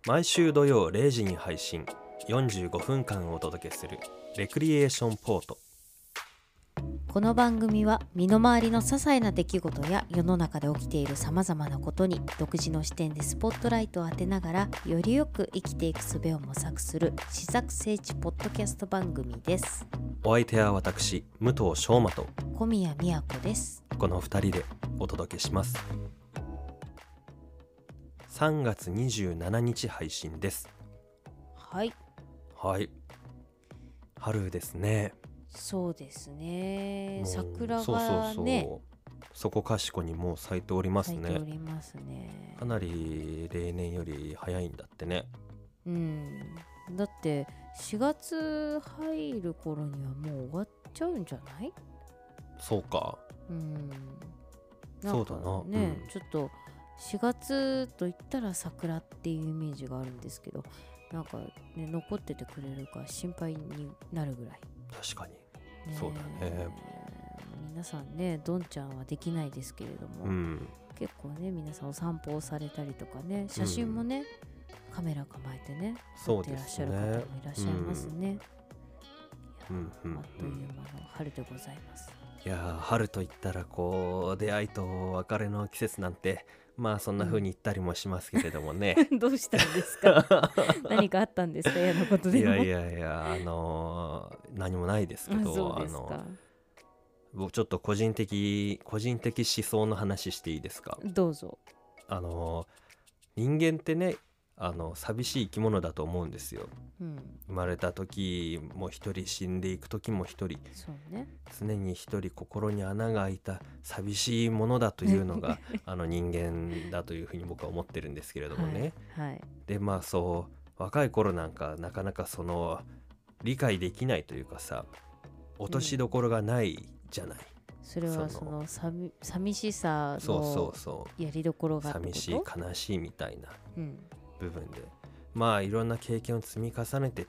毎週土曜0時に配信、45分間お届けするレクリエーションポート。 この番組は身の回りの些細な出来事や世の中で起きているさまざまなことに独自の視点でスポットライトを当てながらよりよく生きていく術を模索する試作聖地ポッドキャスト番組です。 お相手は私、武藤翔馬と小宮宮子です。 この2人でお届けします。3月27日配信です。 はい、 春ですね。 そうですね。 もう桜がね、 そこかしこにもう咲いております咲いておね。 りますね。 かなり例年より早いんだってね。 だって4月入る頃にはもう終わっちゃうんじゃない？ そうか。 なんかそうだな。 ね、ちょっと4月といったら桜っていうイメージがあるんですけど、なんかね残っててくれるか心配になるぐらい。 確かに、 ね、 そうだね。 皆さんね、どんちゃんはできないですけれども、結構ね皆さんお散歩をされたりとかね、写真もね、カメラ構えてね撮っていらっしゃる方もいらっしゃいますね。あっという間の春でございます。 いや春といったらこう出会いと別れの季節なんて、まあそんな風に言ったりもしますけれどもね、 どうしたんですか？何かあったんですか？嫌なことでも。 いや何もないですけど、 そうですか。 僕ちょっと個人的思想の話していいですか？ どうぞ。 人間ってね、寂しい生き物だと思うんですよ。生まれた時も一人、死んでいく時も一人、 そうね、 常に一人心に穴が開いた寂しいものだというのが人間だというふうに僕は思ってるんですけれどもね、でまあそう若い頃なんかなかなかその理解できないというかさ、落としどころがないじゃない。 それはその寂しさのやりどころがってこと？ 寂しい悲しいみたいな部分で、まあいろんな経験を積み重ねてって、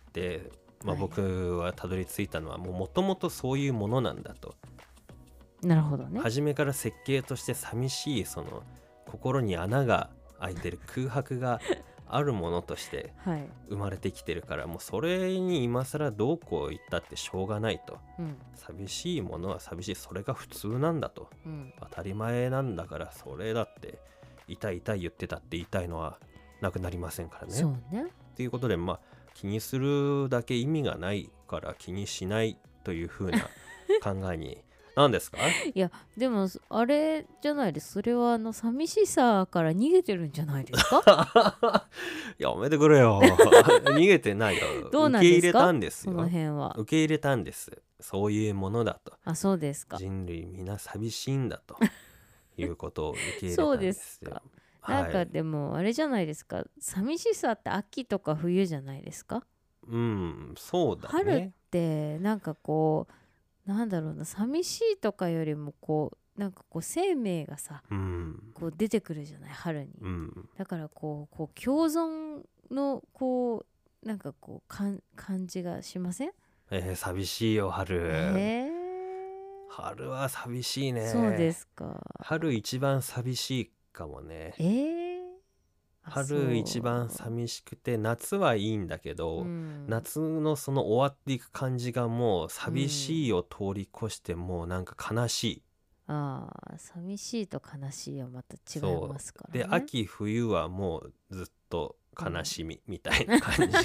僕はたどり着いたのはもともとそういうものなんだと。 なるほどね。 初めから設計として寂しいその心に穴が開いてる空白があるものとして生まれてきてるから、もうそれに今更どうこう言ったってしょうがないと、寂しいものは寂しい、それが普通なんだと、当たり前なんだから、それだって痛い言ってたって言いたいのはなくなりませんからね。 そうね。 っていうことで、気にするだけ意味がないから気にしないというふうな考えに何ですか？ いやでもあれじゃないです。それは寂しさから逃げてるんじゃないですか？ やめてくれよ。逃げてないよ。 どうなんですか？ 受け入れたんですよ。 その辺は受け入れたんです。そういうものだと。 あ、そうですか。 人類皆寂しいんだということを受け入れたんですよ。 そうですか。なんかでもあれじゃないですか、寂しさって秋とか冬じゃないですか？ そうだね。 春ってなんかこうなんだろうな、寂しいとかよりもこうなんかこう生命がさ、こう出てくるじゃない、春に。だからこう共存のこうなんかこう感じがしません？ 寂しいよ春。春は寂しいね。 そうですか。 春一番寂しいかもね。春一番寂しくて、夏はいいんだけど、夏のその終わっていく感じがもう寂しいを通り越してもうなんか悲しい。 寂しいと悲しいはまた違いますからね。 で秋冬はもうずっと悲しみみたいな感じ、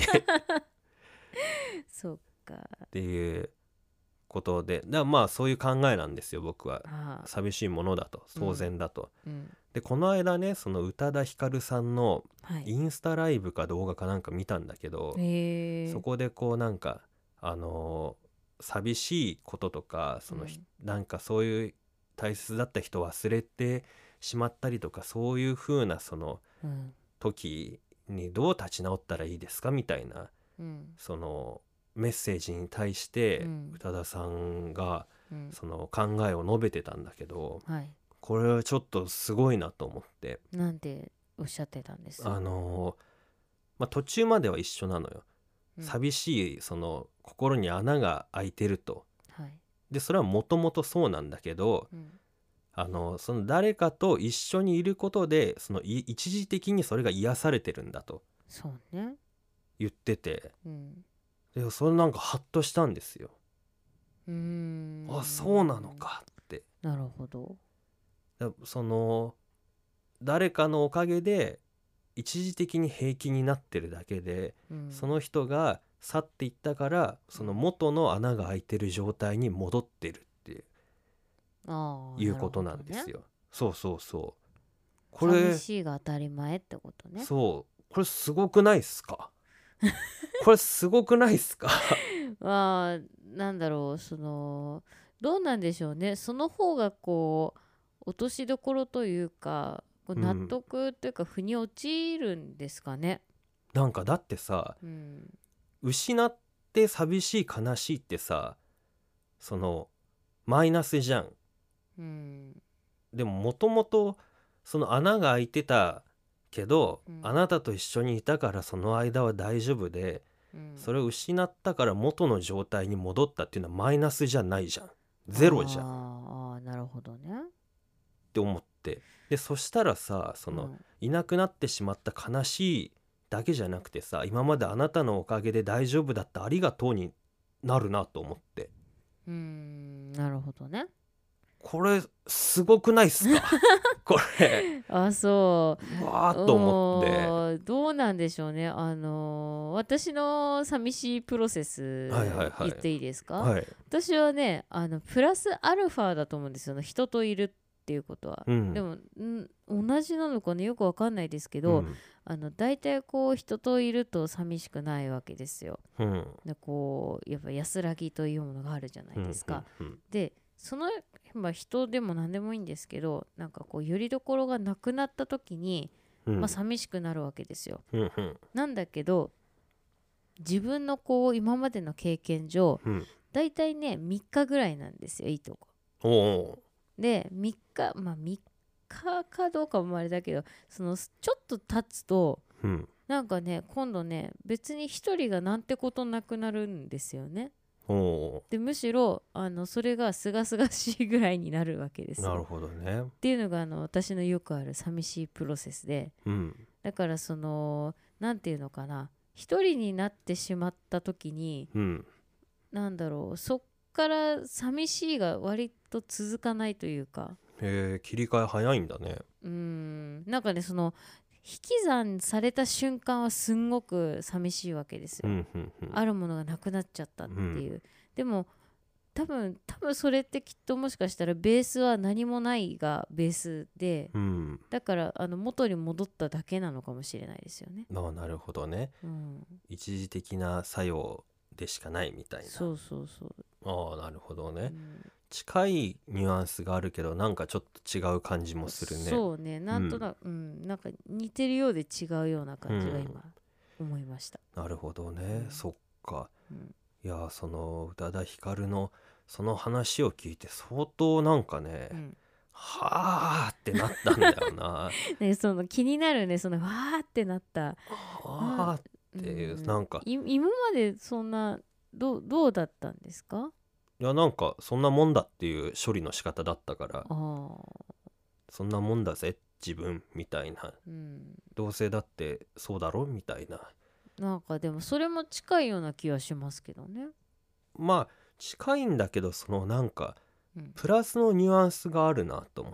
そうかっていうことで、そういう考えなんですよ僕は。寂しいものだと、当然だと、でこの間ね、その宇多田ヒカルさんのインスタライブか動画かなんか見たんだけど、そこでこうなんか寂しいこととかなんかそういう大切だった人を忘れてしまったりとか、そういう風なその時にどう立ち直ったらいいですかみたいな、そのメッセージに対して宇多田さんがその考えを述べてたんだけど、これはちょっとすごいなと思って。 なんておっしゃってたんです？ 途中までは一緒なのよ。寂しいその心に穴が開いてると、でそれはもともとそうなんだけど、その誰かと一緒にいることでその一時的にそれが癒されてるんだと。 そうね。 言ってて、でそれなんかハッとしたんですよ。あ、そうなのかって。 なるほど。 その誰かのおかげで一時的に平気になってるだけで、その人が去っていったからその元の穴が開いてる状態に戻ってるっていうことなんですよ。そうそうそう。 これ寂しいが当たり前ってことね。 そう、これすごくないっすかこれすごくないっすかまあなんだろう、そのどうなんでしょうね。その方がこう落としどころというか、納得というか腑に落ちるんですかね。 なんかだってさ、失って寂しい悲しいってさ、そのマイナスじゃん。でももともとその穴が開いてたけど、あなたと一緒にいたからその間は大丈夫で、それを失ったから元の状態に戻ったっていうのはマイナスじゃないじゃん。ゼロじゃん。 ああ、なるほどね。 って思って、でそしたらさ、その、いなくなってしまった悲しいだけじゃなくてさ、今まであなたのおかげで大丈夫だったありがとうになるなと思って。 なるほどね。 これすごくないっすかこれ。 あ、そう。 わーっと思って。 どうなんでしょうね。私の寂しいプロセス言っていいですか？私はね、プラスアルファだと思うんですよね。人といるっていうことは。でも同じなのかね、よくわかんないですけど、大体こう人といると寂しくないわけですよ。でこうやっぱ安らぎというものがあるじゃないですか。でその人でも何でもいいんですけど、なんかこうよりどころがなくなった時に、寂しくなるわけですよ。なんだけど自分のこう今までの経験上、だいたいね3日ぐらいなんですよ、いいとこ。で3日3日かどうかもあれだけど、そのちょっと経つと、なんかね今度ね別に一人がなんてことなくなるんですよね。でむしろそれがすがすがしいぐらいになるわけですよ。 なるほどね。 っていうのが私のよくある寂しいプロセスで、だからそのなんていうのかな、一人になってしまった時に、なんだろう、そっから寂しいが割と続かないというか。 切り替え早いんだね。 なんかね、その引き算された瞬間はすんごく寂しいわけですよ。あるものがなくなっちゃったっていう。でも多分それってきっともしかしたらベースは何もないがベースで、だから元に戻っただけなのかもしれないですよね。 なるほどね。一時的な作用でしかないみたいな。 そうそうそう。 なるほどね。近いニュアンスがあるけどなんかちょっと違う感じもするね。 そうね、なんとなく、なんか似てるようで違うような感じが今思いました。 なるほどね、そっか。いや、その宇多田ヒカルのその話を聞いて相当なんかね、はーってなったんだよな。 ね、その気になるね、そのわーってなったはーっていう、なんか今までそんなどうだったんですか？ いや、なんかそんなもんだっていう処理の仕方だったから、そんなもんだぜ自分みたいな、どうせだってそうだろみたいな。 なんかでもそれも近いような気はしますけどね。 まあ近いんだけど、そのなんかプラスのニュアンスがあるなと思って、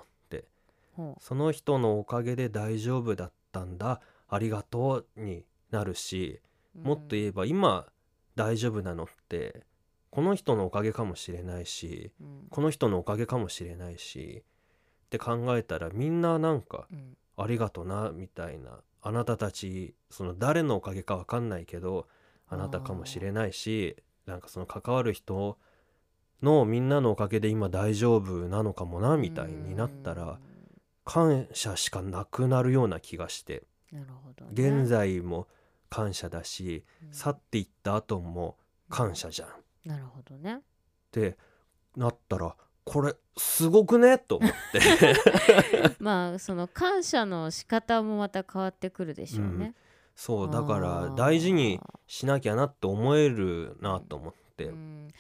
その人のおかげで大丈夫だったんだ、ありがとうになるし、もっと言えば今大丈夫なのってこの人のおかげかもしれないし、この人のおかげかもしれないしって考えたら、みんななんか、ありがとなみたいな、あなたたちその誰のおかげか分かんないけどあなたかもしれないし、なんかその関わる人のみんなのおかげで今大丈夫なのかもなみたいになったら、感謝しかなくなるような気がして。 なるほどね。 現在も感謝だし、去っていった後も感謝じゃん。 なるほどね。 ってなったら、これすごくねと思ってまあその感謝の仕方もまた変わってくるでしょうね。 そうだから大事にしなきゃなって思えるなと思って。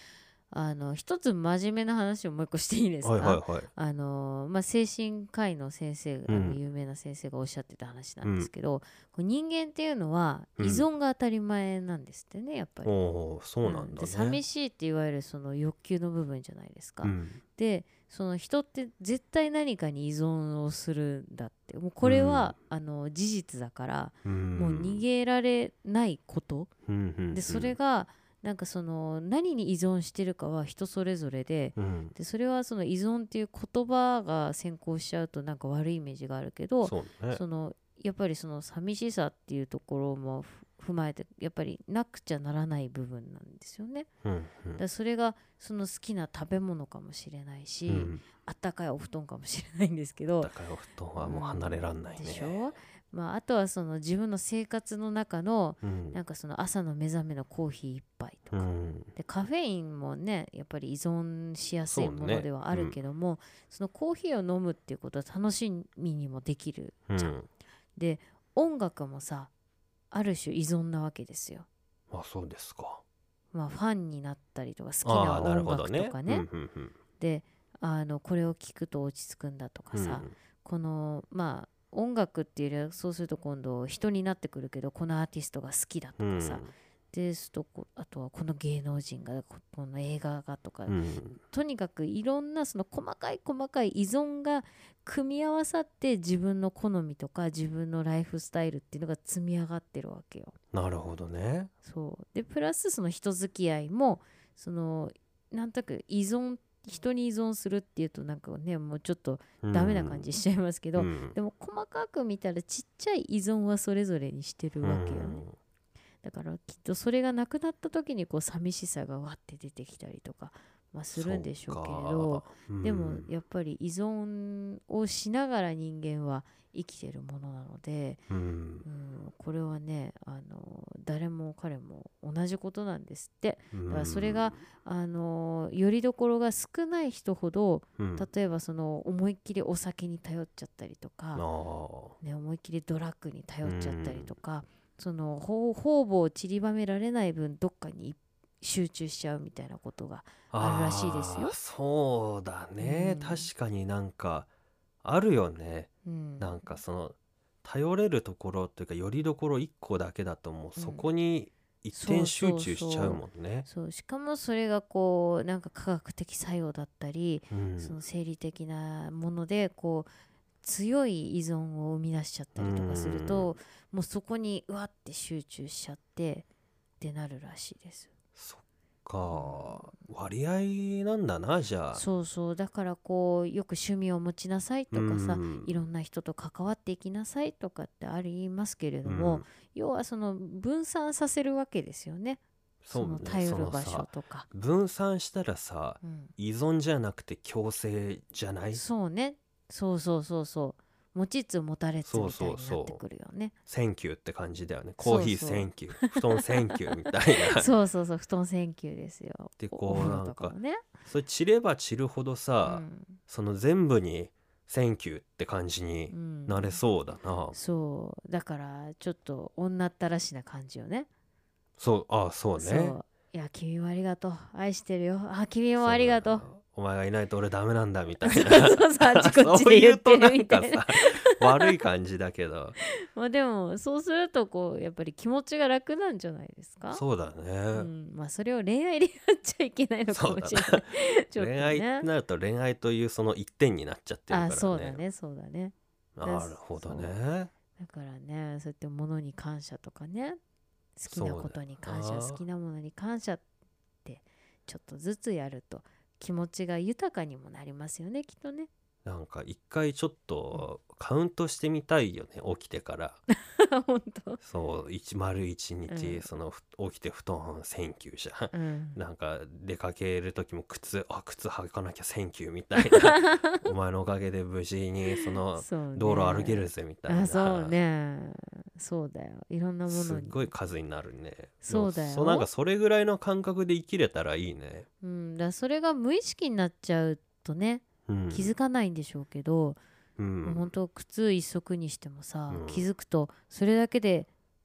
一つ真面目な話をもう一個していいですか。 はいはいはい。 精神科医の先生、有名な先生がおっしゃってた話なんですけど、人間っていうのは依存が当たり前なんですってね、やっぱり。 そうなんだね。 で寂しいっていわゆるその欲求の部分じゃないですか。でその人って絶対何かに依存をするんだって、もうこれは、事実だから、もう逃げられないこと、でそれがなんかその何に依存してるかは人それぞれで、でそれはその依存っていう言葉が先行しちゃうとなんか悪いイメージがあるけど、そのやっぱりその寂しさっていうところも踏まえてやっぱりなくちゃならない部分なんですよね。だそれがその好きな食べ物かもしれないし、あったかいお布団かもしれないんですけど、 あったかいお布団はもう離れらんないね。 でしょ。あとはその自分の生活の中の、なんかその朝の目覚めのコーヒー一杯とか、でカフェインもねやっぱり依存しやすいものではあるけども、そのコーヒーを飲むっていうことは楽しみにもできるじゃん。で音楽もさある種依存なわけですよ。 そうですか。 ファンになったりとか好きな音楽とかね。でこれを聴くと落ち着くんだとかさ、この音楽っていうよりはそうすると今度人になってくるけど、このアーティストが好きだとかさ、ですとあとはこの芸能人がこの映画がとか、とにかくいろんなその細かい依存が組み合わさって自分の好みとか自分のライフスタイルっていうのが積み上がってるわけよ。 なるほどね。 そうでプラスその人付き合いもそのなんとなく人に依存するっていうとなんかねもうちょっとダメな感じしちゃいますけど、でも細かく見たらちっちゃい依存はそれぞれにしてるわけよね。だからきっとそれがなくなった時にこう寂しさがわって出てきたりとか、するんでしょうけれど、でもやっぱり依存をしながら人間は生きてるものなので、これはね誰も彼も同じことなんですって。だからそれがよりどころが少ない人ほど、例えばその思いっきりお酒に頼っちゃったりとか、思いっきりドラッグに頼っちゃったりとか、その方々を散りばめられない分どっかに集中しちゃうみたいなことがあるらしいですよ。 そうだね、確かになんかあるよね、なんかその頼れるところというかよりどころ1個だけだともうそこに一点集中しちゃうもんね。 そうしかもそれがこうなんか科学的作用だったり、その生理的なものでこう強い依存を生み出しちゃったりとかすると、もうそこにうわって集中しちゃってってなるらしいです。 そっか、割合なんだなじゃあ。 そうだからこうよく趣味を持ちなさいとかさ、いろんな人と関わっていきなさいとかって言いますけれども、要はその分散させるわけですよね。その頼る場所とか分散したらさ、依存じゃなくて強制じゃない？ そうね、そう持ちつ持たれつみたいになってくるよね。 センキューって感じだよね。コーヒーセンキュー、布団センキューみたいなそう布団センキューですよ。 でこうなんかそれ散れば散るほどさ、その全部にセンキューって感じになれそうだな。 そうだからちょっと女ったらしな感じよね。 そうね。 いや君もありがとう、愛してるよ、君もありがとう、 お前がいないと俺ダメなんだみたいなそういうとなんかさ悪い感じだけどでもそうするとこうやっぱり気持ちが楽なんじゃないですか。 そうだね、 それを恋愛でやっちゃいけないのかもしれない恋愛ってなると恋愛というその一点になっちゃってるからね。 そうだね。 なるほどね。 だからね、そうやって物に感謝とかね、好きなことに感謝、好きなものに感謝ってちょっとずつやると気持ちが豊かにもなりますよね、きっとね。 なんか一回ちょっとカウントしてみたいよね、起きてから本当そう丸一日、その起きて布団センキューじゃん、なんか出かける時も靴履かなきゃセンキューみたいなお前のおかげで無事にその道路歩けるぜみたいな。 そうね、そうだよ、いろんなものにすっごい数になるね。 そうだよ、 なんかそれぐらいの感覚で生きれたらいいね。 だそれが無意識になっちゃうとね、気づかないんでしょうけど、本当靴一足にしてもさ、気づくとそれだけで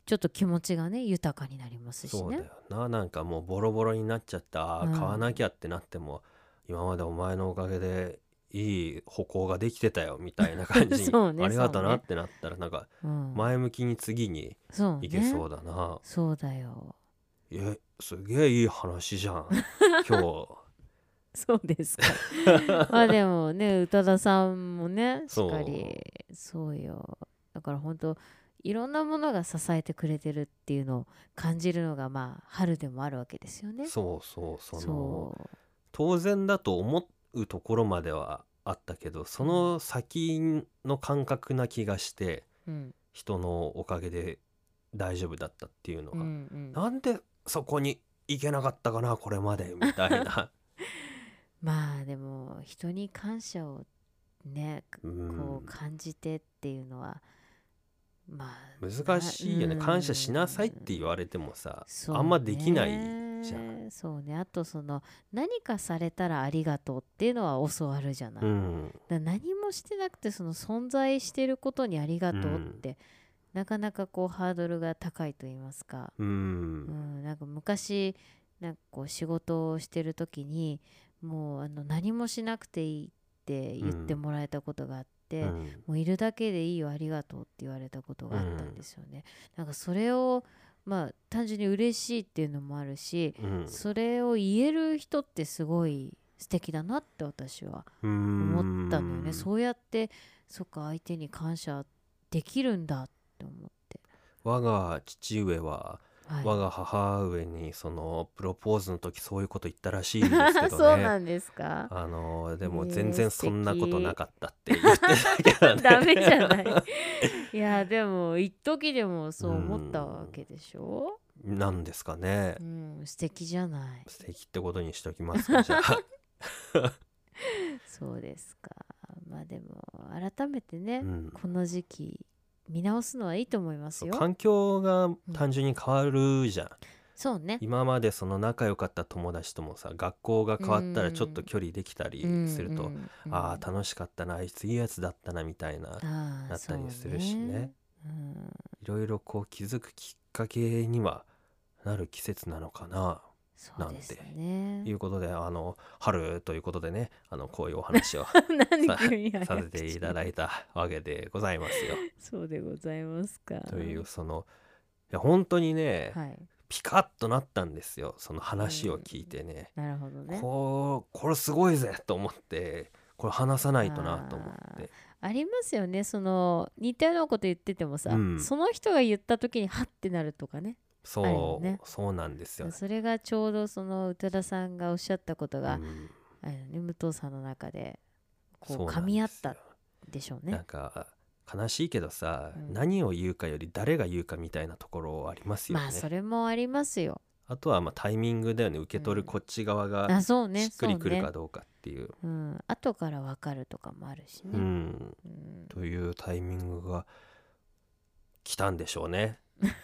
ちょっと気持ちがね豊かになりますしね。 そうだよな。なんかもうボロボロになっちゃった、買わなきゃってなっても、今までお前のおかげでいい歩行ができてたよみたいな感じにそうねありがとなってなったらなんか前向きに次にいけそうだな。 そうだよ。 すげえいい話じゃん今日。 そうですか。まあでもね、宇多田さんもねしっかりそうよ。だから本当いろんなものが支えてくれてるっていうのを感じるのがまあ春でもあるわけですよね。 そう当然だと思うところまではあったけど、その先の感覚な気がして、人のおかげで大丈夫だったっていうのが、なんでそこに行けなかったかなこれまでみたいなまあでも人に感謝をねこう感じてっていうのはまあ難しいよね。感謝しなさいって言われてもさ、あんまできないじゃん。 そうね。あとその何かされたらありがとうっていうのは教わるじゃない。だ何もしてなくてその存在してることにありがとうって、なかなかこうハードルが高いと言いますか。なんか昔なんかこう仕事をしてる時にもう何もしなくていいって言ってもらえたことがあって、もういるだけでいいよありがとうって言われたことがあったんですよね。なんかそれをまあ単純に嬉しいっていうのもあるし、それを言える人ってすごい素敵だなって私は思ったのよね。そうやってそっか相手に感謝できるんだって思って。 我が父上は我が母上にそのプロポーズの時そういうこと言ったらしいんですけどねそうなんですか。 でも全然そんなことなかったって言ってたけどねダメじゃないいやでも一時でもそう思ったわけでしょ。 なんですかね。 素敵じゃない。 素敵ってことにしときますかじゃあそうですか。まあでも改めてね、この時期見直すのはいいと思いますよ。 環境が単純に変わるじゃん。 そうね。 今までその仲良かった友達ともさ、学校が変わったらちょっと距離できたりすると、ああ楽しかったな、あいついいやつだったなみたいななったりするしね。いろいろこう気づくきっかけにはなる季節なのかな。なんていうことで春ということでねこういうお話をさせていただいたわけでございますよ。 そうでございますか。 といういや本当にね、ピカッとなったんですよその話を聞いてね。 なるほどね。 これすごいぜと思ってこれ話さないとなと思って。 ありますよねその似たようなこと言っててもさ、その人が言った時にハッてなるとかね。 そうなんですよ。 それがちょうどその宇多田さんがおっしゃったことが、武藤さんの中でこう噛み合ったでしょうね。 なんか悲しいけどさ、何を言うかより誰が言うかみたいなところありますよね。 まあそれもありますよ。 あとはまあタイミングだよね。受け取るこっち側がしっくりくるかどうかっていう。 後から分かるとかもあるしね。 というタイミングが来たんでしょうね。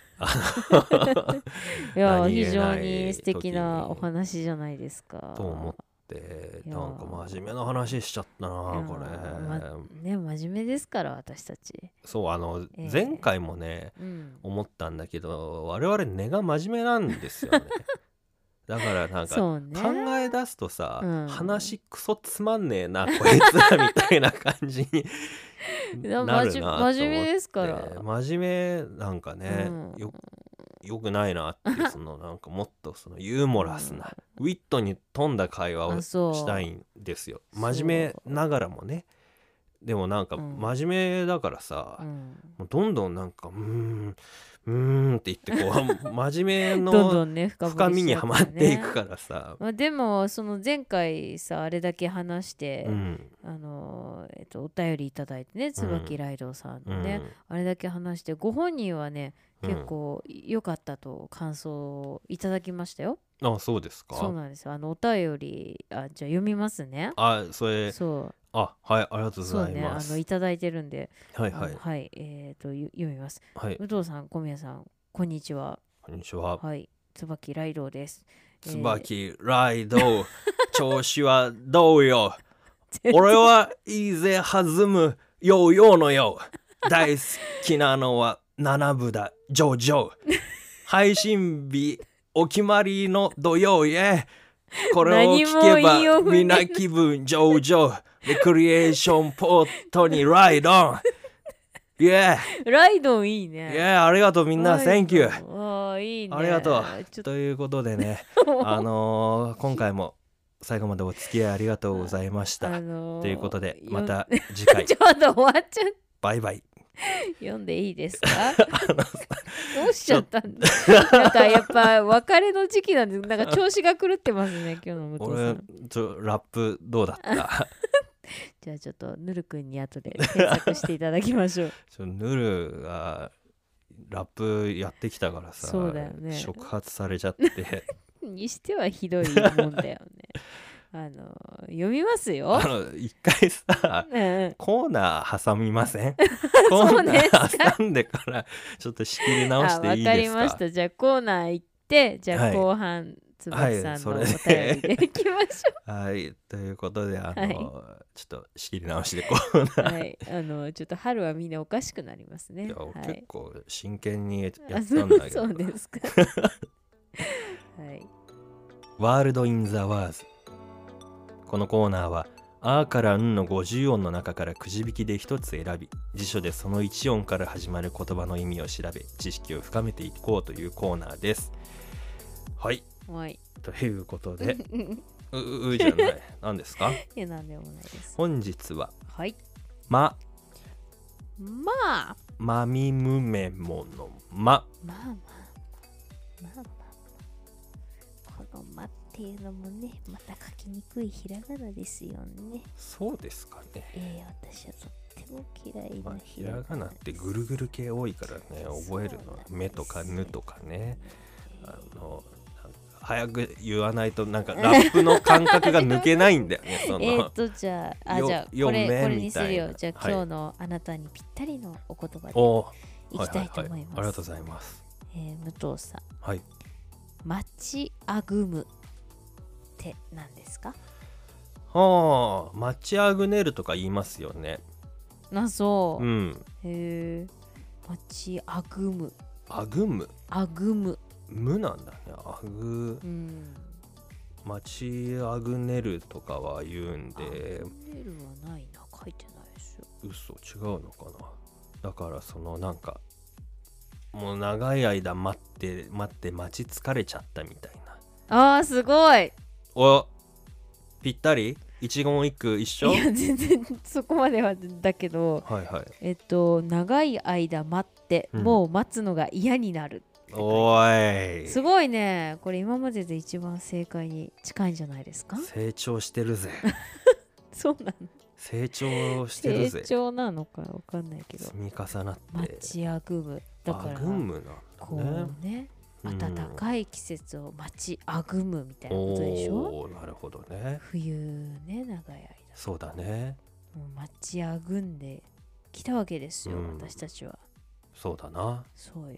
いや非常に素敵なお話じゃないですか。 と思ってなんか真面目な話しちゃったなこれ。 ね真面目ですから私たち。 そう前回もね、思ったんだけど我々根が真面目なんですよね。だからなんか考え出すとさ、話クソつまんねえなこいつらみたいな感じになるなと思って。 真面目ですから。 真面目なんかね、よくないなってそのなんかもっとそのユーモラスな、ウィットに富んだ会話をしたいんですよ。真面目ながらもね。でもなんか真面目だからさ、もうどんどんなんかって言ってこう真面目の深みにはまっていくからさ。 でもその前回さあれだけ話して、お便りいただいてね椿ライドさんのね、あれだけ話してご本人はね結構良かったと感想をいただきましたよ。 あ、そうですか。 そうなんですよ。お便りじゃあ読みますね。 それそうはい、ありがとうございます。 そうね、いただいてるんで、 読みます。武藤さん、小宮さん、こんにちは。 こんにちは。 はい、椿ライドです。 椿ライド、調子はどうよ。俺はいいぜ弾むヨーヨーのよ。大好きなのは 7部だジョジョ配信日お決まりの土曜へこれを聞けばみんな気分上々レクリエーションポートにライドンイエーライドンいいね。 イエーありがとうみんな Thank you いいね。 ありがとうということでね今回も最後までお付き合いありがとうございました、ということでまた次回ちょっと終わっちゃうバイバイ読んでいいですかどうしちゃったんだなんかやっぱ別れの時期なんでなんか調子が狂ってますね今日の武藤さん。 俺ラップどうだったじゃあちょっとぬるくんに後で検索していただきましょうぬるがラップやってきたからさそうだよね触発されちゃってにしてはひどいもんだよね読みますよ一回さ、コーナー挟みませんコーナー挟んでからちょっと仕切り直していいですか。 わかりました。じゃあコーナー行ってじゃあ後半、椿さんのお便りでいきましょう。 はいということでちょっと仕切り直しでコーナーはいちょっと春はみんなおかしくなりますね。 結構真剣にやったんだけどそうですかワールドインザワーズ。このコーナーはあからんの50音の中からくじ引きで一つ選び辞書でその1音から始まる言葉の意味を調べ知識を深めていこうというコーナーです。はいということでじゃない何ですか。 いや何でもないです。 本日はまみむめものまこのまっていうのもねまた書きにくいひらがなですよね。 そうですかね。 私はとっても嫌いなひらがなってぐるぐる系多いからね覚えるの目とかぬとかね早く言わないとなんかラップの感覚が抜けないんだよねじゃあこれにするよ。じゃあ今日のあなたにぴったりのお言葉でいきたいと思います。 ありがとうございます。 武藤さん待ちあぐむって何ですか。 待ちあぐねるとか言いますよね。 そう待ちあぐむあぐむ無なんだね。待ちあぐねるとかは言うんで。あぐねるはないな書いてないですよ。 嘘違うのかな。だからなんかもう長い間待って待ち疲れちゃったみたいな。すごい。 ぴったり一言一句一緒。 いや全然そこまではだけど長い間待って、もう待つのが嫌になる。すごいね。これ今までで一番正解に近いんじゃないですか。 成長してるぜそうなの。 成長してるぜ。 成長なのかわかんないけど積み重なって待ちあぐむだからこうね暖かい季節を待ちあぐむみたいなことでしょ。 なるほどね。 冬ね長い間そうだね。 もう待ちあぐんできたわけですよ、私たちは。 そうだな。 そうよ。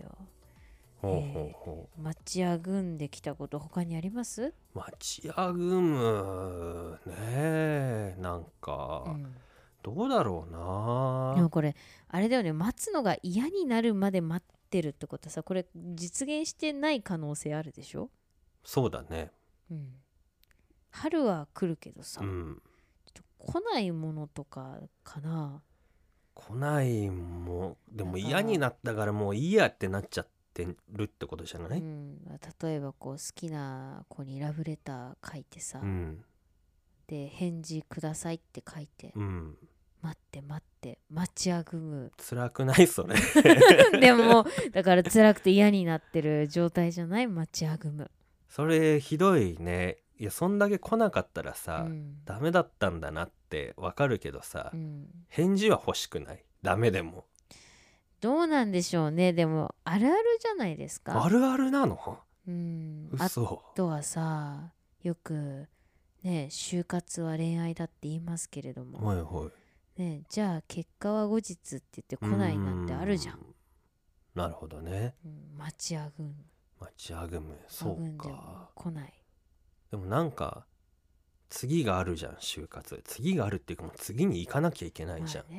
待ちあぐんできたこと他にあります？ 待ちあぐむねなんか、どうだろうな。 でもこれあれだよね、待つのが嫌になるまで待ってるってことはさ、これ実現してない可能性あるでしょ。 そうだね。 春は来るけどさ、ちょっと来ないものとかかな。 来ないもでも嫌になったからもういいやってなっちゃってるってことじゃない？ 例えばこう好きな子にラブレター書いてさ、で返事くださいって書いて、待って待ちあぐむ。 辛くないそれでもだから辛くて嫌になってる状態じゃない？待ちあぐむ。 それひどいね。いやそんだけ来なかったらさ、ダメだったんだなってわかるけどさ、返事は欲しくない？ダメでも。 どうなんでしょうね。でもあるあるじゃないですか。 あるあるなの？ 嘘。あとはさ、よくね就活は恋愛だって言いますけれども、ね、じゃあ結果は後日って言って来ないなんてあるじゃん。 なるほどね。 待ちあぐむ。 そうか。 来ない。 でもなんか次があるじゃん就活。次があるっていうかもう次に行かなきゃいけないじゃん。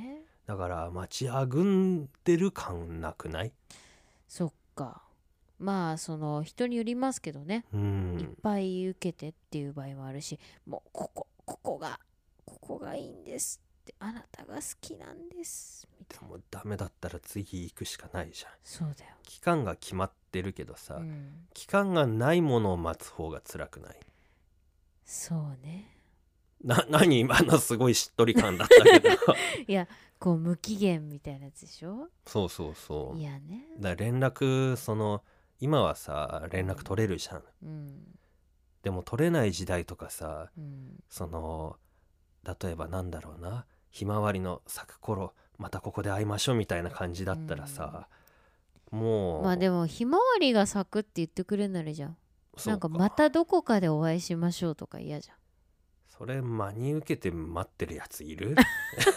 だから待ちあぐんでる感なくない？ そっか。まあその人によりますけどね、いっぱい受けてっていう場合もあるし、もうここがいいんですって、あなたが好きなんですみたいな。 でもダメだったら次行くしかないじゃん。 そうだよ。 期間が決まってるけどさ、期間がないものを待つ方が辛くない？ そうね。 何今のすごいしっとり感だったけどいや、こう無期限みたいなやつでしょ。 そうそうそう。 いやね。 だから連絡今はさ連絡取れるじゃん、でも取れない時代とかさ、例えばなんだろうな、ひまわりの咲く頃またここで会いましょうみたいな感じだったらさ、もうまあでもひまわりが咲くって言ってくれんならじゃん。なんかまたどこかでお会いしましょうとか嫌じゃん。 それ真に受けて待ってるやついる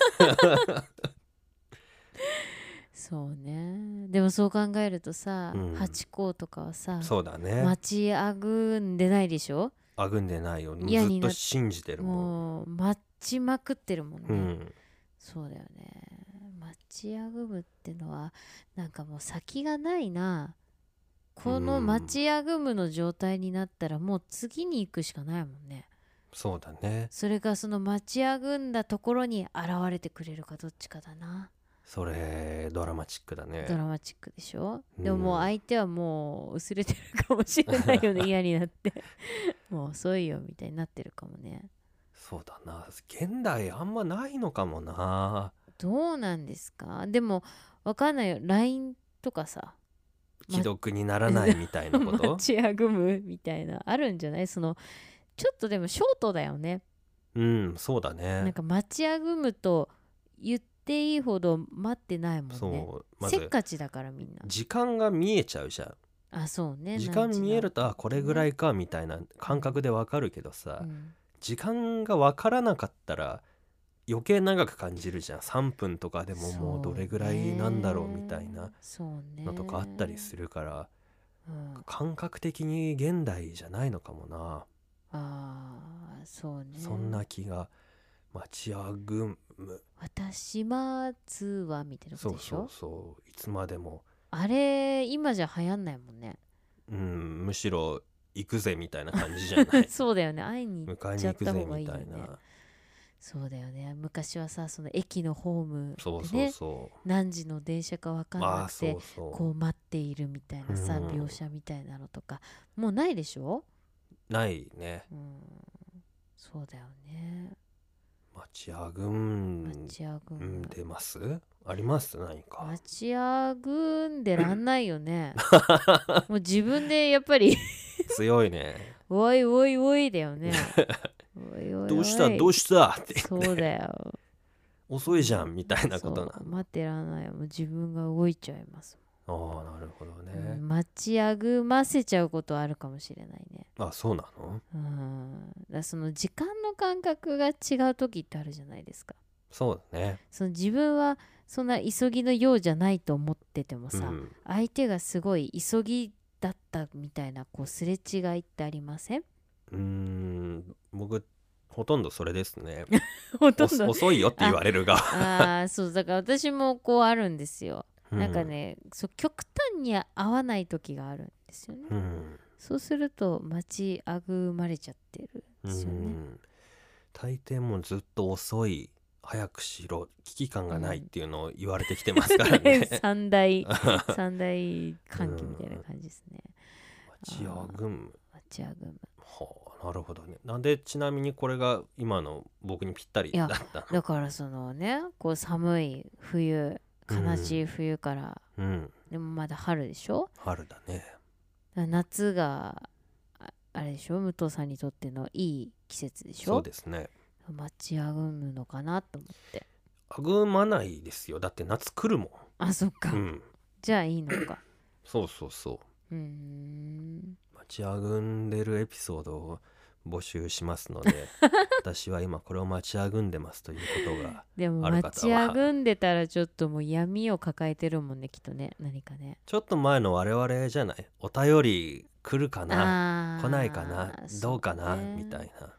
そうね。でもそう考えるとさ、ハチ公とかはさ、 そうだね、 待ちあぐんでないでしょ。 あぐんでないよ、ずっと信じてるもん。 もう待ちまくってるもんね、そうだよね。待ちあぐむってのはなんかもう先がないな。この待ちあぐむの状態になったらもう次に行くしかないもんね。 そうだね。 それかその待ちあぐんだところに現れてくれるかどっちかだな。 それドラマチックだね。 ドラマチックでしょ、でももう相手はもう薄れてるかもしれないよね嫌になってもう遅いよみたいになってるかもね。 そうだな、現代あんまないのかもな。 どうなんですか。でもわかんないよ、 LINE とかさ既読にならないみたいなこと待ちあぐむみたいなあるんじゃない？ちょっとでもショートだよね。 そうだね。 なんか待ちあぐむと言っていいほど待ってないもんね。 そう、 せっかちだからみんな時間が見えちゃうじゃん。 そうね。 時間見えるとこれぐらいかみたいな感覚でわかるけどさ、時間がわからなかったら余計長く感じるじゃん。3分とかでももうどれぐらいなんだろうみたいなのとかあったりするから、感覚的に現代じゃないのかもな。 そうね。 そんな気が。待ちあぐむ、 私待つわみたいなことでしょ。 そういつまでもあれ今じゃ流行んないもんね。 むしろ行くぜみたいな感じじゃないそうだよね、会いに行っちゃった方がいいよね。 迎えに行くぜみたいな。 そうだよね。昔はさ、その駅のホームでね、何時の電車か分かんなくてこう待っているみたいなさ、描写みたいなのとかもうないでしょ。 ないね。 そうだよね。 待ちあぐんでます？あります？何か待ちあぐんでらんないよねもう自分でやっぱり強いねおいおいおいだよねおいおいおいどうしたって、 そうだよ遅いじゃんみたいなことな。 待ってらんない。もう自分が動いちゃいます。 なるほどね、 待ちあぐませちゃうことあるかもしれないね。 そうなの？ だその時間の感覚が違う時ってあるじゃないですか。 そうだね。 その自分はそんな急ぎのようじゃないと思っててもさ、相手がすごい急ぎだったみたいなこうすれ違いってありません？ 僕ほとんどそれですねほとんど遅いよって言われるがそうだから私もこうあるんですよ。なんかね、極端に合わない時があるんですよね。そうすると待ちあぐまれちゃってるんですよね。 大抵もうずっと遅い、早くしろ、危機感がないっていうのを言われてきてますからね三大歓喜みたいな感じですね。 待ちあぐむ。 なるほどね。なんでちなみにこれが今の僕にぴったりだったの？ だからそのね、こう寒い冬、悲しい冬から、でもまだ春でしょ。 春だね。 夏があれでしょ、武藤さんにとってのいい季節でしょ。 そうですね。 待ちあぐむのかなと思って。 あぐまないですよ、だって夏来るもん。そっか、じゃあいいのかそう待ちあぐんでるエピソードを募集しますので私は今これを待ちあぐんでますということがある方は。 でも待ちあぐんでたらちょっともう闇を抱えてるもんね、きっとね。何かね。 ちょっと前の我々じゃない？お便り来るかな、来ないかな、どうかなみたいな。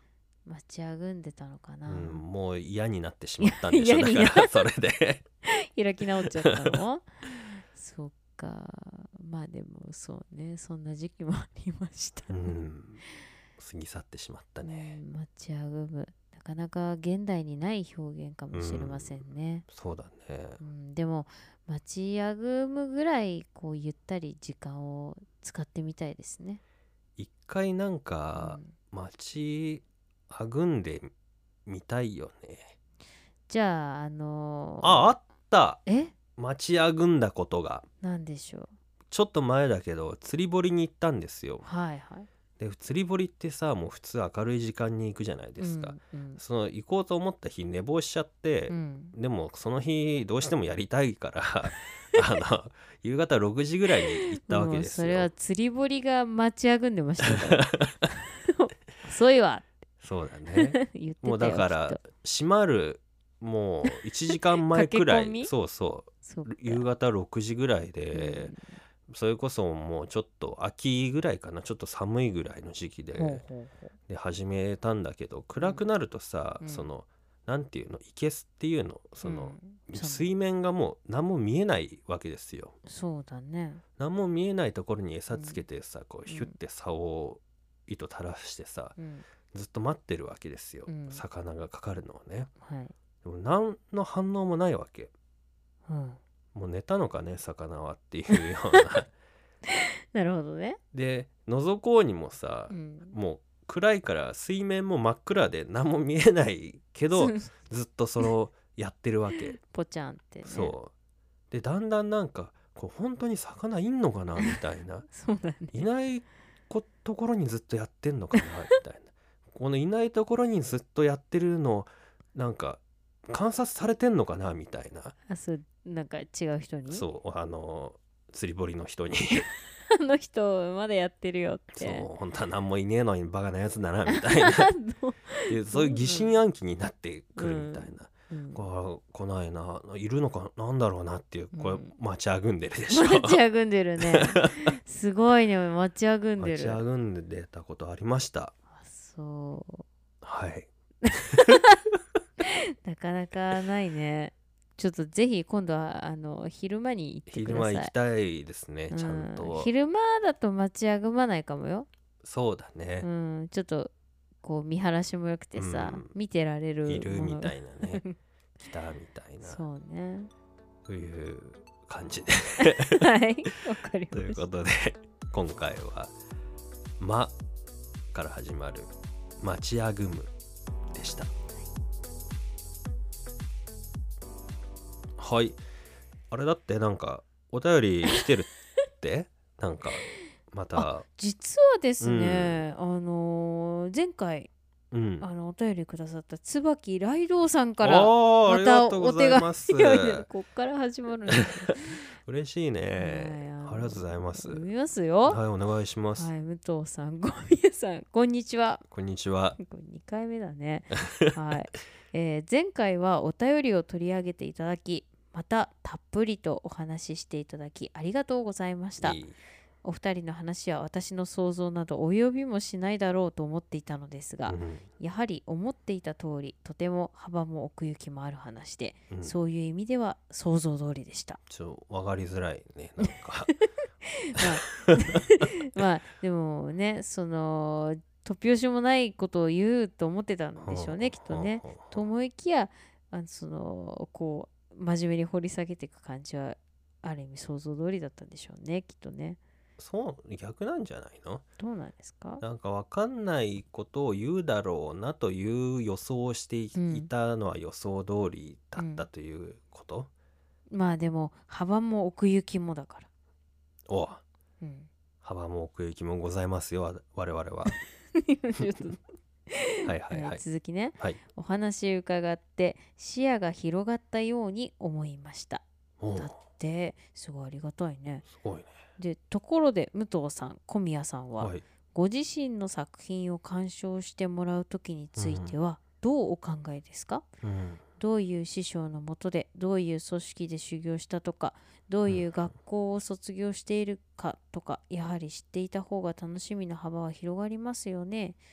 待ちあぐんでたのかな、 もう嫌になってしまったんでしょだからそれで開き直っちゃったのそっか、まあでもそうね、そんな時期もありましたね。 過ぎ去ってしまったね。 待ちあぐむ、なかなか現代にない表現かもしれませんね。 そうだね。 でも待ちあぐむぐらいこうゆったり時間を使ってみたいですね。 一回なんか待ちあぐんでみたいよね。 じゃああった。 待ちあぐんだことが。 なんでしょう。 ちょっと前だけど釣り堀に行ったんですよ。 はいはい。 で釣り堀ってさ、もう普通明るい時間に行くじゃないですか。その行こうと思った日寝坊しちゃって、でもその日どうしてもやりたいから夕方6時ぐらいに行ったわけですよ。 それは釣り堀が待ちあぐんでましたから遅いわそうだね言ってたよ。 もうだから閉まるもう1時間前くらいそう夕方6時ぐらいで、それこそもうちょっと秋ぐらいかな、ちょっと寒いぐらいの時期で始めたんだけど、暗くなるとさ、そのなんていうの、生けすっていうの、その水面がもう何も見えないわけですよ。 そうだね。 何も見えないところに餌つけてさ、こうヒュッて竿を糸垂らしてさ、ずっと待ってるわけですよ、魚がかかるのをね。でも何の反応もないわけ。もう寝たのかね魚はっていうようななるほどね。 で覗こうにもさ、もう暗いから水面も真っ暗で何も見えないけどずっとそのやってるわけポチャンってね。 そうでだんだんなんかこう本当に魚いんのかなみたいなそうだね、 いないところにずっとやってんのかなみたいなこのいないところにずっとやってるのなんか観察されてんのかなみたいな。 そうなんか違う人に、 そう釣り堀の人にあの人まだやってるよって、 そう本当は何もいねえのにバカなやつだなみたいなそういう疑心暗鬼になってくるみたいな、来ないな、いるのかなんだろうなっていう、これ待ちあぐんでるでしょ。 待ちあぐんでるねすごいね、待ちあぐんでる。 待ちあぐんでたことありました。 そうはいなかなかないね。ちょっとぜひ今度は昼間に行ってください。 昼間行きたいですね、ちゃんと。 昼間だと待ちあぐまないかもよ。 そうだね。 ちょっとこう見晴らしもよくてさ、見てられるいるみたいなね来たみたいな、 そうね、 という感じではいわかりました。 ということで今回は「ま」から始まる「待ちあぐむ」でした。はい、あれだってなんかお便り来てるってなんかまた実はですね、前回お便りくださった椿ライドウさんからまたお手紙こっから始まるんです嬉しいね、ありがとうございます。 読みますよ。 はい、お願いします。 はい、武藤さん、小宮さん、こんにちは。 こんにちは。 2回目だねはい、前回はお便りを取り上げていただき、またたっぷりとお話ししていただきありがとうございました。お二人の話は私の想像など及びもしないだろうと思っていたのですが、やはり思っていた通りとても幅も奥行きもある話で、そういう意味では想像通りでした。 分かりづらいねなんかまあでもね、その突拍子もないことを言うと思ってたんでしょうねきっとね。と思いきやこう真面目に掘り下げていく感じはある意味想像通りだったんでしょうねきっとね。 そう逆なんじゃないの？ どうなんですか？ なんか分かんないことを言うだろうなという予想をしていたのは予想通りだったということ、 まあでも幅も奥行きもだから。 幅も奥行きもございますよ我々ははいはいはい、 続きね、 はい、 お話伺って視野が広がったように思いました。だってすごいありがたいね。 すごいね。 でところで武藤さん、小宮さんは、ご自身の作品を鑑賞してもらう時についてはどうお考えですか？どういう師匠のもとでどういう組織で修行したとか、どういう学校を卒業しているかとか、やはり知っていた方が楽しみの幅は広がりますよね。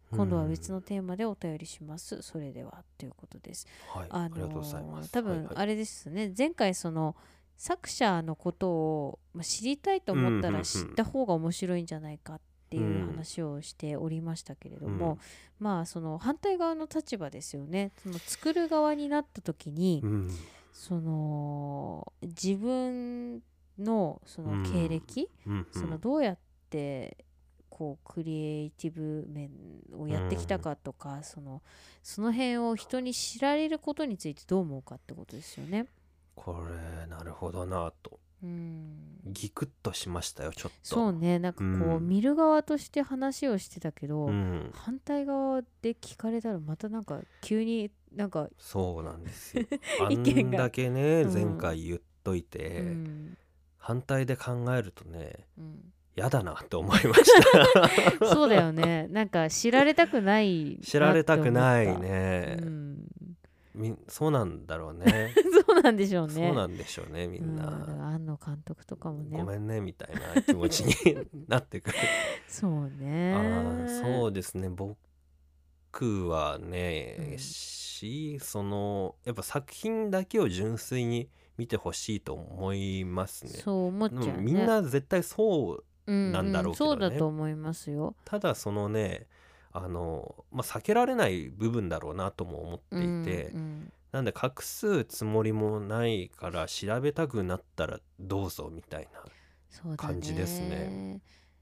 今度は別のテーマでお便りします。それではということです。 ありがとうございます。 多分あれですね、前回その作者のことを知りたいと思ったら知った方が面白いんじゃないかっていう話をしておりましたけれども、まあその反対側の立場ですよね。その作る側になった時に、その自分のその経歴、そのどうやってこうクリエイティブ面をやってきたかとか、その辺を人に知られることについてどう思うかってことですよね。 これなるほどなと、ギクッとしましたよちょっと。 そうね、なんかこう、見る側として話をしてたけど、反対側で聞かれたらまたなんか急になんかそうなんですよあんだけね、前回言っといて、反対で考えるとね、やだなって思いましたそうだよね、なんか知られたくない知られたくないね、そうなんだろうねそうなんでしょうね。 そうなんでしょうねみんな。 だから庵野監督とかもね、 ごめんねみたいな気持ちになってくるそうね。 そうですね、僕はね、そのやっぱ作品だけを純粋に見てほしいと思いますね。 そう思っちゃうね。 みんな絶対そうなんだろうけどね、 そうだと思いますよ。 ただそのね避けられない部分だろうなとも思っていて、なんで隠すつもりもないから調べたくなったらどうぞみたいな感じですね。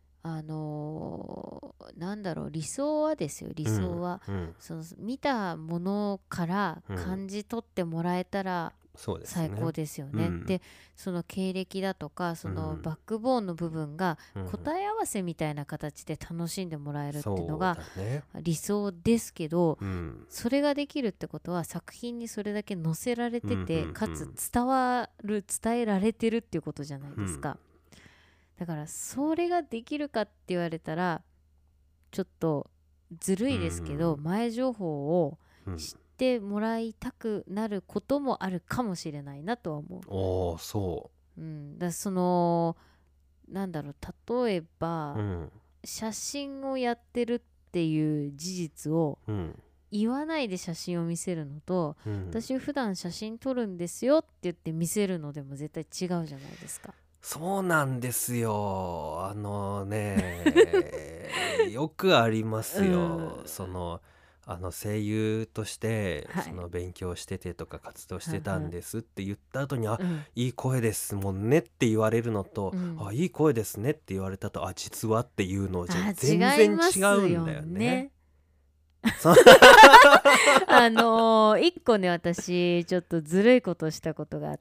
なんだろう、理想はですよ、理想は、その見たものから感じ取ってもらえたら最高ですよね。でその経歴だとかそのバックボーンの部分が答え合わせみたいな形で楽しんでもらえるっていうのが理想ですけど、それができるってことは作品にそれだけ載せられてて、かつ伝えられてるっていうことじゃないですか。だからそれができるかって言われたらちょっとずるいですけど、前情報を知ってもらいたくなることもあるかもしれないなとは思う。 そう、 だそのなんだろう、例えば、写真をやってるっていう事実を言わないで写真を見せるのと、私普段写真撮るんですよって言って見せるのでも絶対違うじゃないですか。 そうなんですよ。よくありますよ。その声優として、その勉強しててとか活動してたんですって言った後にいい声ですもんねって言われるのと、いい声ですねって言われたと実はっていうのじゃ全然違うんだよね。 一個ね、私ちょっとずるいことしたことがあって、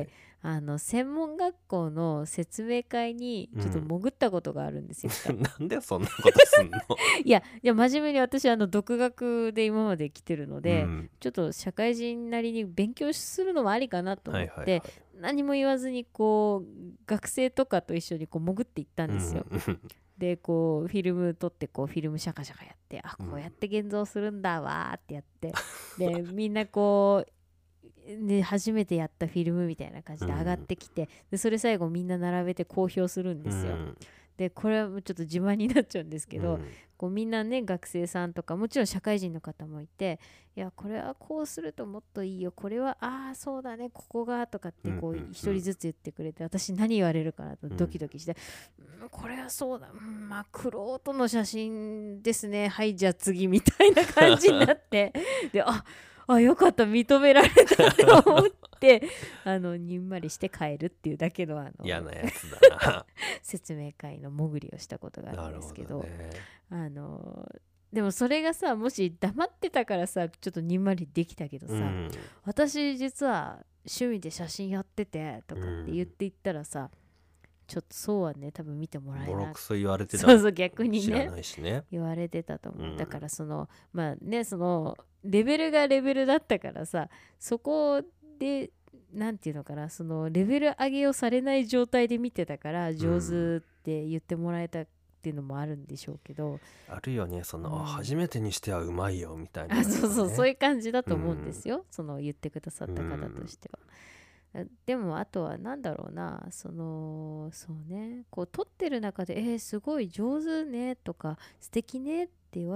専門学校の説明会にちょっと潜ったことがあるんですよ。 なんでそんなことすんのいや真面目に私独学で今まで来てるので、ちょっと社会人なりに勉強するのもありかなと思って、何も言わずにこう学生とかと一緒にこう潜っていったんですよ。でこうフィルム撮ってこうフィルムシャカシャカやって、こうやって現像するんだわーってやってでみんなこうで初めてやったフィルムみたいな感じで上がってきて、でそれ最後みんな並べて公表するんですよ。でこれはちょっと自慢になっちゃうんですけど、こうみんなね学生さんとかもちろん社会人の方もいて、いやこれはこうするともっといいよ、これはそうだねここがとかってこう一人ずつ言ってくれて、私何言われるかなとドキドキして、これはそうだ、玄人の写真ですね、はいじゃあ次みたいな感じになってでよかった、認められたって思ってにんまりして帰るっていうだけの嫌なやつだな説明会の潜りをしたことがあるんですけど、でもそれがさ、もし黙ってたからさちょっとにんまりできたけどさ、私実は趣味で写真やっててとかって言っていったらさ、ちょっとそうはね多分見てもらえない。ボロクソ言われてた。そう逆にね知らないしね言われてたと思う。だからそのそのレベルがレベルだったからさ、そこでなんていうのかな、そのレベル上げをされない状態で見てたから上手って言ってもらえたっていうのもあるんでしょうけど、 あるよね、その、初めてにしてはうまいよみたいな、ね、 そういう感じだと思うんですよ、その言ってくださった方としては。でもあとはなんだろうな、そうね、こう撮ってる中ですごい上手ねとか素敵ねって言われ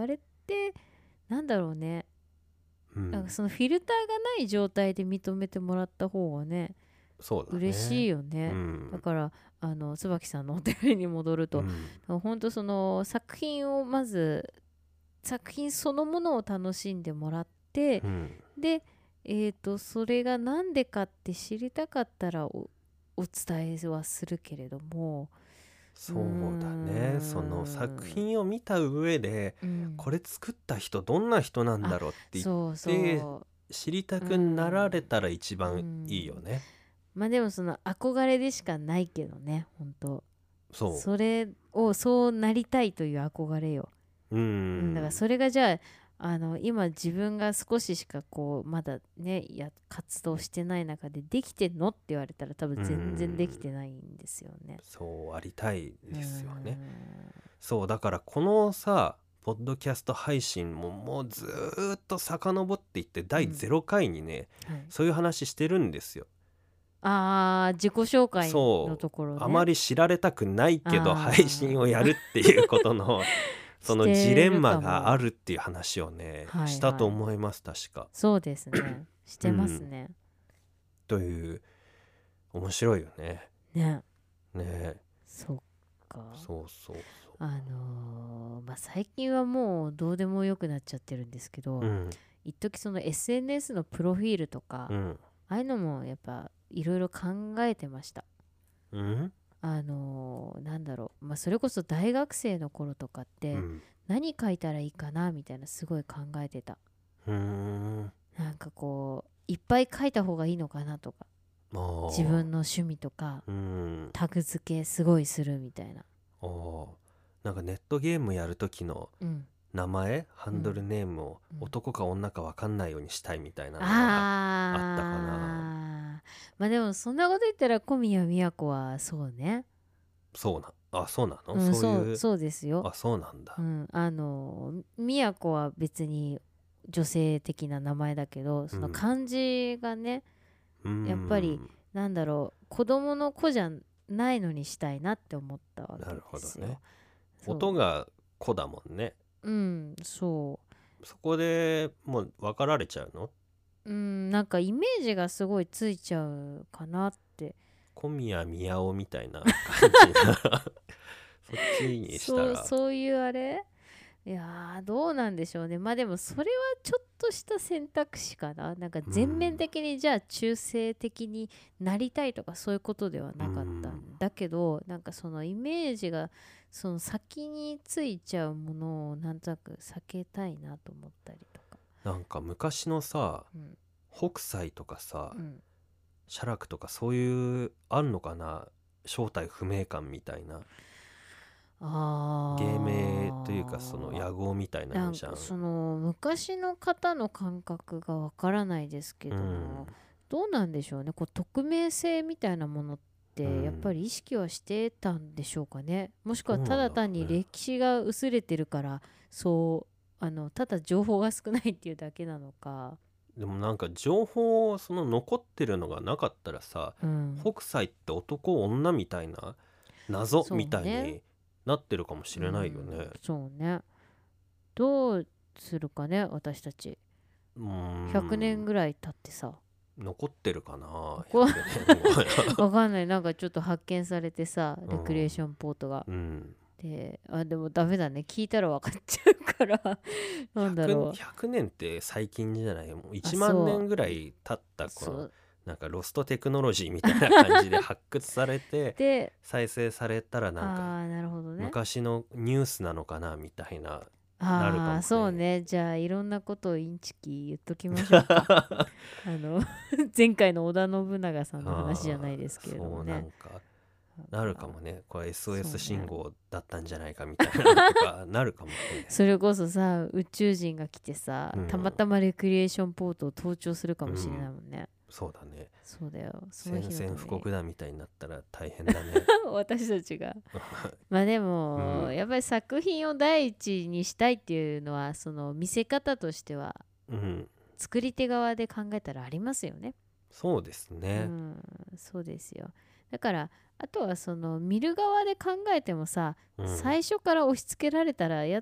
ってなんだろうね、なんかそのフィルターがない状態で認めてもらった方がね、 そうだね、 嬉しいよね、だから椿さんのお便りに戻ると、本当その作品をまず作品そのものを楽しんでもらって、でそれが何でかって知りたかったらお伝えはするけれども、 そうだね、その作品を見た上で、これ作った人どんな人なんだろうって言って知りたくなられたら一番いいよね。 まあでもその憧れでしかないけどね、本当それをそうなりたいという憧れよ。だからそれがじゃあ今自分が少ししかこうまだね活動してない中でできてんのって言われたら多分全然できてないんですよね。 そうありたいですよね。そうだからこのさポッドキャスト配信もうずっと遡っていって第0回にね、そういう話してるんですよ。 自己紹介のところね。 あまり知られたくないけど配信をやるっていうことのそのジレンマがあるっていう話をね、したと思います。確かそうですね、してますね、 という面白いよね。 ねそっか。 そうまあ最近はもうどうでもよくなっちゃってるんですけど、一時その SNS のプロフィールとか、ああいうのもやっぱいろいろ考えてました。なんだろう、まあ、それこそ大学生の頃とかって、何書いたらいいかなみたいなすごい考えてた。なんかこういっぱい書いた方がいいのかなとか、自分の趣味とか、タグ付けすごいするみたいな。 なんかネットゲームやる時の名前、ハンドルネームを男か女か分かんないようにしたいみたいなのがあったかな。 まあでもそんなこと言ったら小宮宮子はそうね。 そうなの、 そうですよ。 そうなんだ。 宮子は別に女性的な名前だけど、その漢字がね、やっぱりなんだろう、子供の子じゃないのにしたいなって思ったわけですよ。なるほどね。 音が子だもんね。 そこでもう分かられちゃうの？ なんかイメージがすごいついちゃうかなって。 小宮宮尾みたいな感じそっちにしたらそういうあれ、いやどうなんでしょうね。まあでもそれはちょっとした選択肢かな。なんか全面的にじゃあ中性的になりたいとかそういうことではなかったんだけど、なんかそのイメージがその先についちゃうものをなんとなく避けたいなと思ったりとか。 なんか昔のさ、北斎とかさ、写楽とかそういうあんのかな、正体不明感みたいな。芸名というかその野号みたいなのじゃん。 その昔の方の感覚がわからないですけども、どうなんでしょうね。こう匿名性みたいなものってやっぱり意識はしてたんでしょうかね。もしくはただ単に歴史が薄れてるからそうただ情報が少ないっていうだけなのか。 でもなんか情報その残ってるのがなかったらさ、北斎って男女みたいな謎みたいになってるかもしれないよね。 そうね。どうするかね、私たち。100年ぐらい経ってさ。 残ってるかな。 わかんない。なんかちょっと発見されてさ、レクリエーションポートが。でもダメだね。聞いたら分かっちゃうからなんだろう。 100年って最近じゃない。もう1万年ぐらい経ったこのなんかロストテクノロジーみたいな感じで発掘されてで再生されたらなんかなるほど、ね、 昔のニュースなのかなみたいななるかもね。 そうね。じゃあいろんなことをインチキ言っときましょうか前回の織田信長さんの話じゃないですけれどもね。 そうなんかなるかもね。これ SOS 信号だったんじゃないかみたいなとかなるかもね。 それこそさ、宇宙人が来てさ、たまたまレクリエーションポートを盗聴するかもしれないもんね。 そうだね。 そうだよ。 宣戦布告だみたいになったら大変だね。 私たちがまあでも、やっぱり作品を第一にしたいっていうのはその見せ方としては、作り手側で考えたらありますよね。 そうですね。 そうですよ。だからあとはその見る側で考えてもさ、最初から押し付けられたら嫌だっ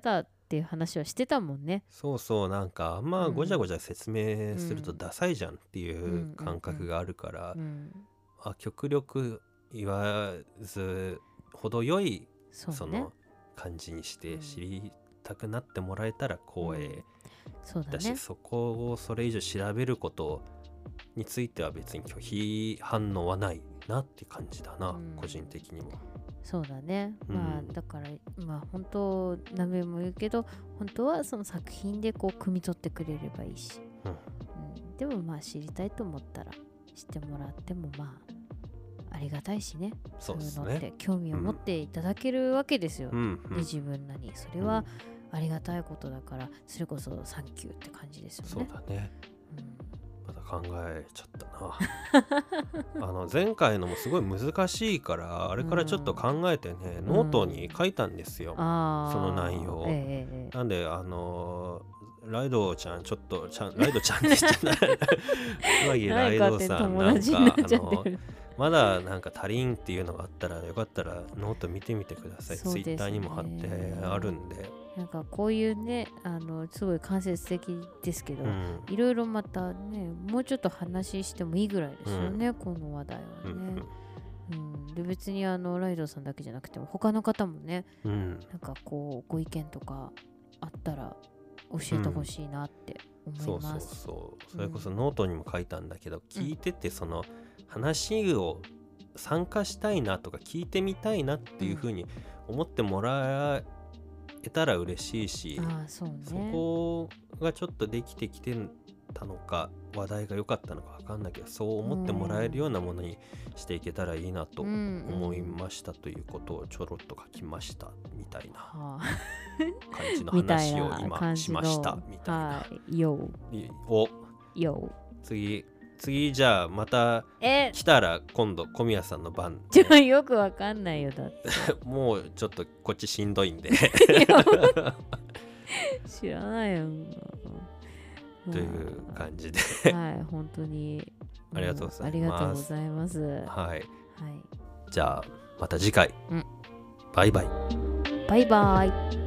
っていう話をしてたもんね。 そうそう、なんかあんまごちゃごちゃ説明するとダサいじゃんっていう感覚があるから、極力言わず程よいその感じにして知りたくなってもらえたら光栄だし、そこをそれ以上調べることについては別に拒否反応はないなって感じだな、個人的にも。 そうだね、まあだからまあ本当何べんも言うけど、本当はその作品でこう汲み取ってくれればいいし、でもまあ知りたいと思ったら知ってもらってもまあありがたいしね。そういうのって興味を持っていただけるわけですよ、で自分らに。それはありがたいことだから、それこそサンキューって感じですよね。 そうだね、また考えちゃったな前回のもすごい難しいから、あれからちょっと考えてね、ノートに書いたんですよ、その内容を。なんでライドちゃんちょっとライドちゃんって言っちゃったライドさんなんかまだなんか足りんっていうのがあったらよかったらノート見てみてください。ツイッターにも貼ってあるんで。 なんかこういうねすごい間接的ですけど、いろいろまたねもうちょっと話してもいいぐらいですよね、この話題はね。で別にライドさんだけじゃなくても他の方もね、なんかこうご意見とかあったら教えてほしいなって思います。 それこそノートにも書いたんだけど、聞いててその話を参加したいなとか聞いてみたいなっていう風に思ってもらえたら嬉しいし、そこがちょっとできてきてたのか話題が良かったのか分かんないけど、そう思ってもらえるようなものにしていけたらいいなと思いましたということをちょろっと書きましたみたいな感じの話を今しましたみたいな。次じゃあまた来たら今度小宮さんの番でよくわかんないよだってもうちょっとこっちしんどいんで知らないよという感じではい本当にありがとうございます。 ありがとうございます。 はい、じゃあまた次回、バイバイ。 バイバイ。